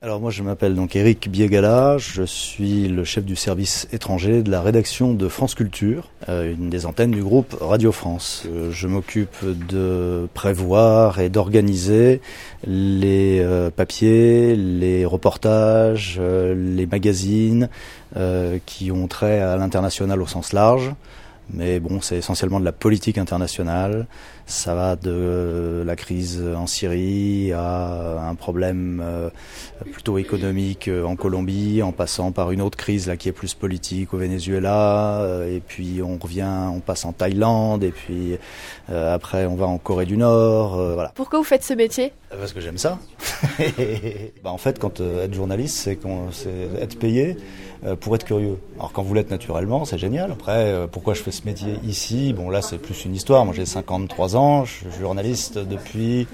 Alors moi je m'appelle donc Éric Biegala, je suis le chef du service étranger de la rédaction de France Culture, une des antennes du groupe Radio France. Je m'occupe de prévoir et d'organiser les papiers, les reportages, les magazines qui ont trait à l'international au sens large. Mais bon, c'est essentiellement de la politique internationale. Ça va de la crise en Syrie à un problème plutôt économique en Colombie, en passant par une autre crise là qui est plus politique au Venezuela. Et puis on passe en Thaïlande. Et puis après, on va en Corée du Nord. Voilà. Pourquoi vous faites ce métier ? Parce que j'aime ça. En fait, quand être journaliste, c'est être payé pour être curieux. Alors quand vous l'êtes naturellement, c'est génial. Après, pourquoi je fais ce métier ici ? Bon, là, c'est plus une histoire. Moi, j'ai 53 ans, je suis journaliste depuis...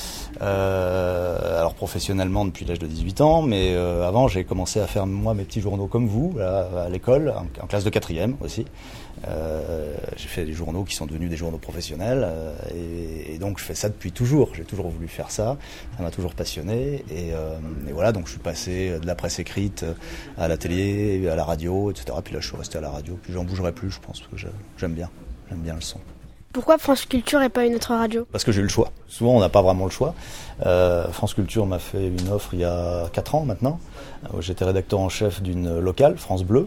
alors professionnellement depuis l'âge de 18 ans, mais avant j'ai commencé à faire moi mes petits journaux comme vous à l'école, en classe de 4e aussi. J'ai fait des journaux qui sont devenus des journaux professionnels et donc je fais ça depuis toujours. J'ai toujours voulu faire ça, ça m'a toujours passionné et voilà, donc je suis passé de la presse écrite à la télé, à la radio, etc. Puis là je suis resté à la radio, puis j'en bougerai plus, je pense, parce que j'aime bien le son. Pourquoi France Culture et pas une autre radio ? Parce que j'ai eu le choix. Souvent, on n'a pas vraiment le choix. France Culture m'a fait une offre il y a 4 ans maintenant. J'étais rédacteur en chef d'une locale, France Bleu,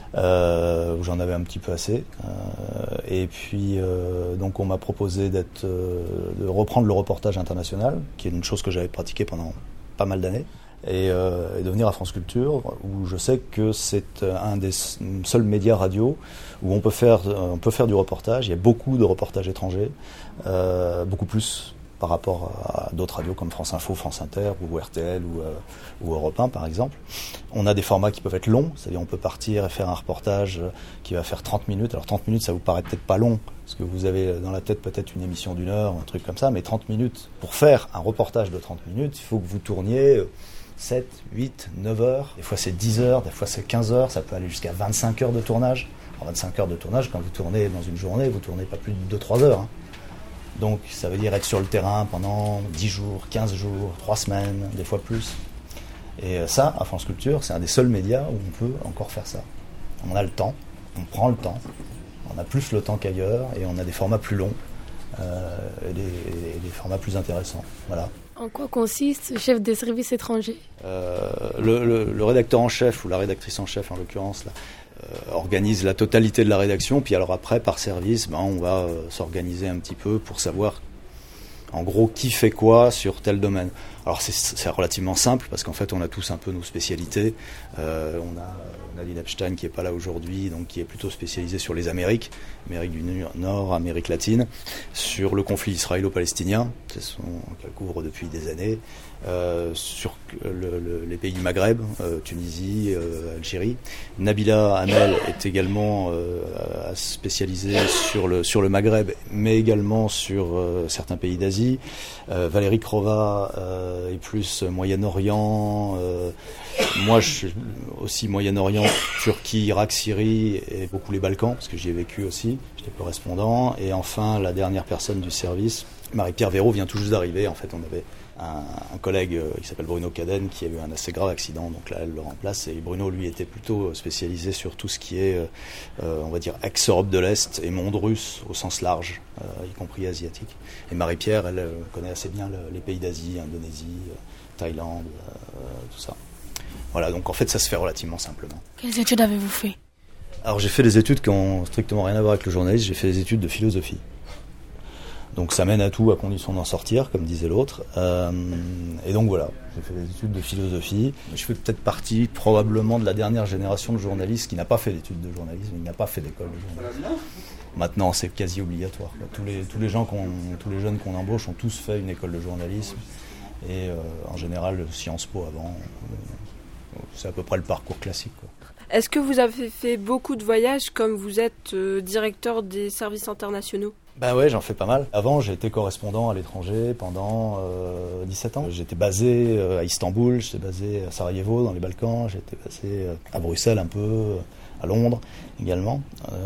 où j'en avais un petit peu assez. Et puis, donc, on m'a proposé de reprendre le reportage international, qui est une chose que j'avais pratiquée pendant pas mal d'années. Et de venir à France Culture, où je sais que c'est un des seuls médias radio où on peut faire du reportage. Il y a beaucoup de reportages étrangers, beaucoup plus par rapport à d'autres radios comme France Info, France Inter ou RTL ou Europe 1 par exemple. On a des formats qui peuvent être longs, c'est-à-dire on peut partir et faire un reportage qui va faire 30 minutes. Alors 30 minutes, ça vous paraît peut-être pas long, parce que vous avez dans la tête peut-être une émission d'1 heure, un truc comme ça, mais 30 minutes, pour faire un reportage de 30 minutes, il faut que vous tourniez 7, 8, 9 heures, des fois c'est 10 heures, des fois c'est 15 heures, ça peut aller jusqu'à 25 heures de tournage. Alors 25 heures de tournage, quand vous tournez dans une journée, vous tournez pas plus de 2-3 heures. Donc ça veut dire être sur le terrain pendant 10 jours, 15 jours, 3 semaines, des fois plus. Et ça, à France Culture, c'est un des seuls médias où on peut encore faire ça. On a le temps, on prend le temps, on a plus le temps qu'ailleurs et on a des formats plus longs et des formats plus intéressants. Voilà. En quoi consiste chef des services étrangers ? Le rédacteur en chef, ou la rédactrice en chef en l'occurrence, là, organise la totalité de la rédaction, puis alors après, par service, on va s'organiser un petit peu pour savoir en gros qui fait quoi sur tel domaine. Alors c'est relativement simple, parce qu'en fait on a tous un peu nos spécialités. On a Nadine Epstein qui n'est pas là aujourd'hui, donc qui est plutôt spécialisée sur les Amériques du Nord, Amérique latine, sur le conflit israélo-palestinien, qu'elle couvre depuis des années, sur les pays du Maghreb, Tunisie, Algérie. Nabila Amel est également spécialisée sur le Maghreb, mais également sur certains pays d'Asie. Valérie Crova est plus Moyen-Orient. Moi, je suis aussi Moyen-Orient, Turquie, Irak, Syrie et beaucoup les Balkans, parce que j'y ai vécu aussi. J'étais correspondant. Et enfin, la dernière personne du service, Marie-Pierre Véraud, vient tout juste d'arriver. En fait, on avait un collègue qui s'appelle Bruno Cadenne qui a eu un assez grave accident, donc là elle le remplace, et Bruno lui était plutôt spécialisé sur tout ce qui est on va dire ex-Europe de l'Est et monde russe au sens large, y compris asiatique. Et Marie-Pierre, elle connaît assez bien les pays d'Asie, Indonésie, Thaïlande, tout ça. Voilà, donc en fait ça se fait relativement simplement. Quelles études avez-vous fait ? Alors j'ai fait des études qui ont strictement rien à voir avec le journalisme, j'ai fait des études de philosophie. Donc ça mène à tout, à condition d'en sortir, comme disait l'autre. Et donc voilà, j'ai fait des études de philosophie. Je fais peut-être partie probablement de la dernière génération de journalistes qui n'a pas fait d'études de journalisme, qui n'a pas fait d'école de journalisme. Maintenant c'est quasi obligatoire. Tous les jeunes qu'on embauche ont tous fait une école de journalisme. Et en général Sciences Po avant. C'est à peu près le parcours classique, quoi. Est-ce que vous avez fait beaucoup de voyages comme vous êtes directeur des services internationaux ? Ben ouais, j'en fais pas mal. Avant, j'ai été correspondant à l'étranger pendant 17 ans. J'étais basé à Istanbul, j'étais basé à Sarajevo dans les Balkans, j'étais basé à Bruxelles un peu, à Londres également.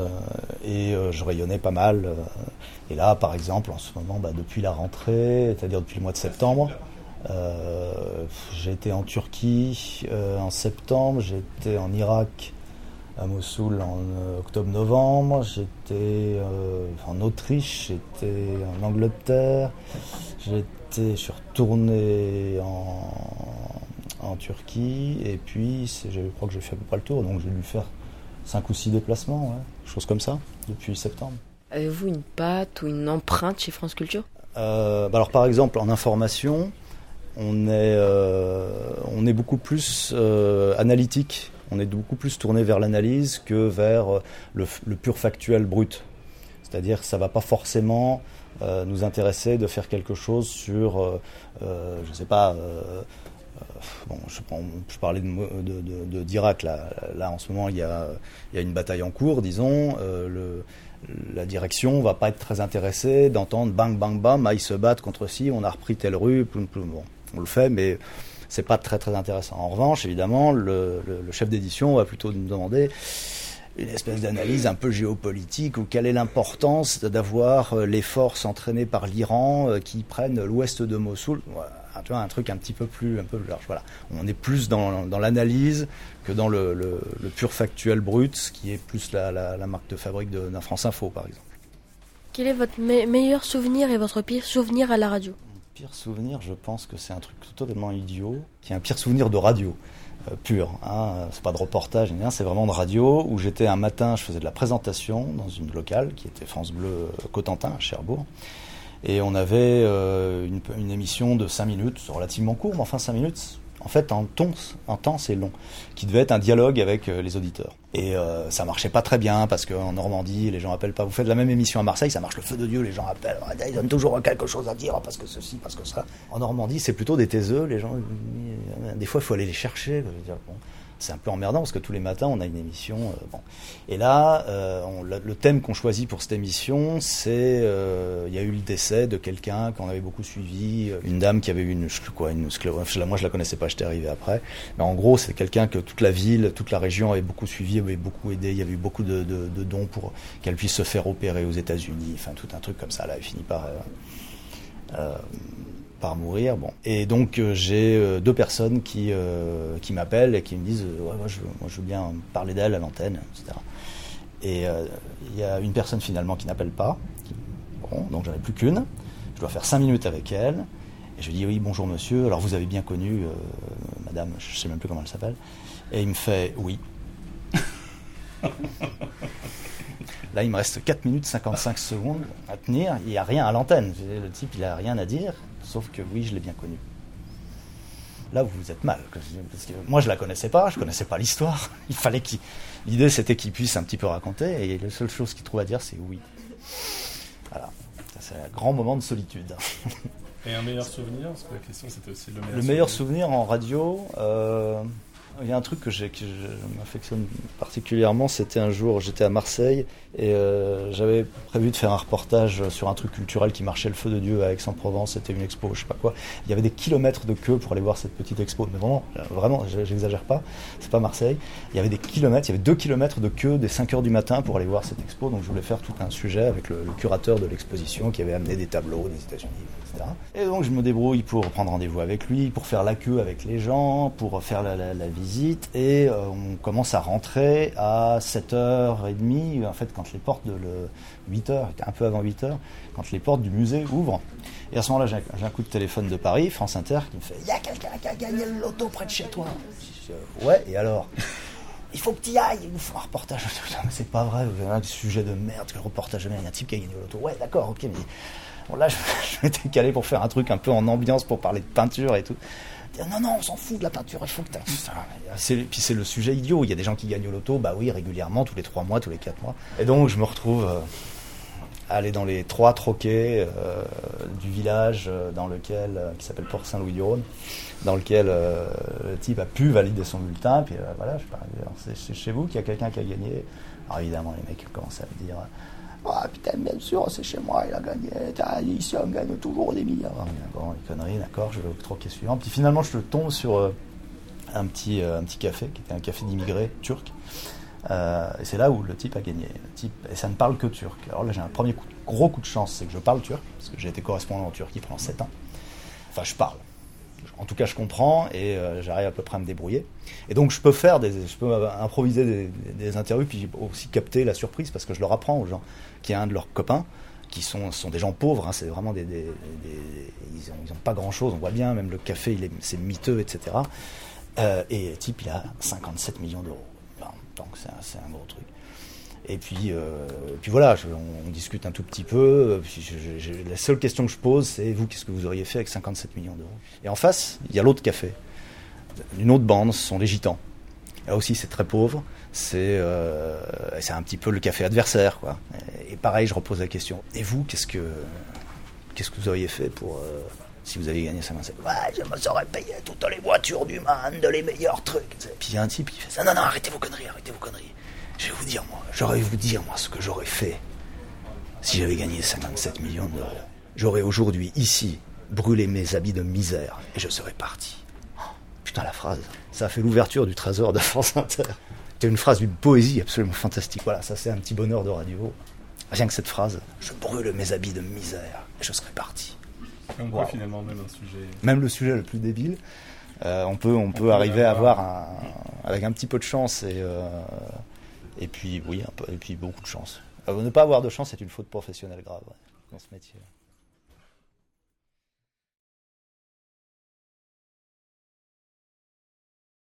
Et je rayonnais pas mal. Et là, par exemple, en ce moment, depuis la rentrée, c'est-à-dire depuis le mois de septembre, J'ai été en Turquie en septembre, j'ai été en Irak à Mossoul en octobre-novembre, j'étais en Autriche, j'étais en Angleterre, je suis retourné en Turquie, et puis je crois que j'ai fait à peu près le tour, donc j'ai dû faire 5 ou 6 déplacements, choses comme ça, depuis septembre. Avez-vous une patte ou une empreinte chez France Culture ? Alors par exemple, en information, on est beaucoup plus analytique, on est beaucoup plus tourné vers l'analyse que vers le pur factuel brut. C'est-à-dire que ça ne va pas forcément nous intéresser de faire quelque chose sur, je ne sais pas, je parlais d'Irak, là en ce moment il y a une bataille en cours, disons, la direction va pas être très intéressée d'entendre bang bang bam, ils se battent contre ci, on a repris telle rue, ploum ploum. Bon, on le fait, mais c'est pas très très intéressant. En revanche, évidemment, le chef d'édition va plutôt nous demander une espèce d'analyse un peu géopolitique, ou quelle est l'importance d'avoir les forces entraînées par l'Iran qui prennent l'ouest de Mossoul. Voilà, tu vois, un truc un peu plus large. Voilà. On est plus dans l'analyse que dans le pur factuel brut, ce qui est plus la marque de fabrique d'un France Info, par exemple. Quel est votre meilleur souvenir et votre pire souvenir à la radio ? Mon pire souvenir, je pense que c'est un truc totalement idiot, qui est un pire souvenir de radio. Pur, c'est pas de reportage, c'est vraiment de radio, où j'étais un matin, je faisais de la présentation dans une locale qui était France Bleu Cotentin à Cherbourg, et on avait une émission de 5 minutes, relativement court, mais enfin 5 minutes, en fait en temps c'est long, qui devait être un dialogue avec les auditeurs. Et ça marchait pas très bien, parce qu'en Normandie, les gens appellent pas. Vous faites la même émission à Marseille, ça marche le feu de Dieu, les gens appellent, ils donnent toujours quelque chose à dire, parce que ceci, parce que ça. En Normandie, c'est plutôt des taiseux, les gens, des fois il faut aller les chercher. Je veux dire, bon, c'est un peu emmerdant, parce que tous les matins on a une émission. Bon. Et là, le thème qu'on choisit pour cette émission, c'est, il y a eu le décès de quelqu'un qu'on avait beaucoup suivi, une dame qui avait eu une sclérose. Moi je la connaissais pas, j'étais arrivé après. Mais en gros, c'est quelqu'un que toute la ville, toute la région avait beaucoup suivi, avait beaucoup aidé. Il y avait eu beaucoup de dons pour qu'elle puisse se faire opérer aux États-Unis. Enfin, tout un truc comme ça. Là, elle finit par mourir. Bon. Et donc j'ai 2 personnes qui m'appellent et qui me disent moi je veux bien parler d'elle à l'antenne, etc. Et il y a une personne finalement qui n'appelle pas. Donc j'en ai plus qu'une. Je dois faire 5 minutes avec elle. Et je lui dis oui, bonjour monsieur, alors vous avez bien connu madame, je sais même plus comment elle s'appelle. Et il me fait oui. Là, il me reste 4 minutes 55 secondes à tenir. Il n'y a rien à l'antenne. Le type, il n'a rien à dire, sauf que oui, je l'ai bien connu. Là, vous êtes mal. Parce que moi, je ne la connaissais pas, je ne connaissais pas l'histoire. L'idée, c'était qu'il puisse un petit peu raconter, et la seule chose qu'il trouve à dire, c'est oui. Voilà. Ça, c'est un grand moment de solitude. Et un meilleur souvenir, parce que la question, c'était aussi le meilleur souvenir. Le meilleur souvenir en radio... Il y a un truc que je m'affectionne particulièrement, c'était un jour, j'étais à Marseille et j'avais prévu de faire un reportage sur un truc culturel qui marchait le feu de Dieu à Aix-en-Provence, c'était une expo, je sais pas quoi. Il y avait des kilomètres de queue pour aller voir cette petite expo, mais vraiment, j'exagère pas, c'est pas Marseille. Il y avait 2 kilomètres de queue dès 5h du matin pour aller voir cette expo, donc je voulais faire tout un sujet avec le curateur de l'exposition qui avait amené des tableaux des États-Unis, etc. Et donc je me débrouille pour prendre rendez-vous avec lui, pour faire la queue avec les gens, pour faire la visite, et on commence à rentrer à 7h30, en fait quand les portes 8h, un peu avant 8h, quand les portes du musée ouvrent. Et à ce moment-là, j'ai un coup de téléphone de Paris, France Inter, qui me fait « Il y a quelqu'un qui a gagné le loto près de chez toi !» Ouais, et alors ? Il faut que tu y ailles, il nous faut un reportage. Mais c'est pas vrai, vous avez un sujet de merde, le reportage de merde, il y a un type qui a gagné le loto. Ouais, d'accord, ok, mais bon, là, je m'étais calé pour faire un truc un peu en ambiance, pour parler de peinture et tout. Non, on s'en fout de la peinture, il faut que puis c'est le sujet idiot, il y a des gens qui gagnent au loto, bah oui, régulièrement, tous les 3 mois, tous les 4 mois. Et donc je me retrouve à aller dans les 3 troquets du village qui s'appelle Port Saint-Louis-du-Rhône, dans lequel le type a pu valider son bulletin, puis voilà, c'est chez vous qu'il y a quelqu'un qui a gagné. Alors évidemment, les mecs commencent à me dire... Ah putain, bien sûr, c'est chez moi, il a gagné. Ici, on gagne toujours des milliards. Bon, les conneries, d'accord, je vais au troquet suivant. Puis finalement, je tombe sur un petit café, qui était un café d'immigrés turcs. Et c'est là où le type a gagné. Et ça ne parle que turc. Alors là, j'ai un gros coup de chance, c'est que je parle turc, parce que j'ai été correspondant en Turquie pendant 7 ans. Enfin, je parle. En tout cas, je comprends et j'arrive à peu près à me débrouiller. Et donc, je peux improviser des interviews, puis aussi capter la surprise, parce que je leur apprends aux gens qu'il y a un de leurs copains qui sont des gens pauvres. Hein, c'est vraiment ils ont pas grand-chose. On voit bien, même le café, c'est miteux, etc. Et le type, il a 57 millions d'euros. Donc, c'est un gros truc. Et puis voilà, on discute un tout petit peu. La seule question que je pose, c'est vous, qu'est-ce que vous auriez fait avec 57 millions d'euros? Et en face, il y a l'autre café, une autre bande, ce sont les gitans. Là aussi, c'est très pauvre. C'est un petit peu le café adversaire, quoi. Et pareil, je repose la question. Et vous, qu'est-ce que vous auriez fait pour si vous aviez gagné 57? Ouais, je me serais payé toutes les voitures du monde, les meilleurs trucs. Et puis il y a un type qui fait ça. Non, arrêtez vos conneries. J'aurais vous dire, moi, ce que j'aurais fait si j'avais gagné 57 millions d'euros. J'aurais aujourd'hui, ici, brûlé mes habits de misère et je serais parti. Oh, putain, la phrase. Ça a fait l'ouverture du Trésor de France Inter. C'était une phrase d'une poésie absolument fantastique. Voilà, ça c'est un petit bonheur de radio. Rien que cette phrase. Je brûle mes habits de misère et je serais parti. On voit finalement même un sujet... Même le sujet le plus débile, on peut arriver à avoir avec un petit peu de chance et puis, oui, et puis beaucoup de chance. Ne pas avoir de chance, c'est une faute professionnelle grave dans ce métier.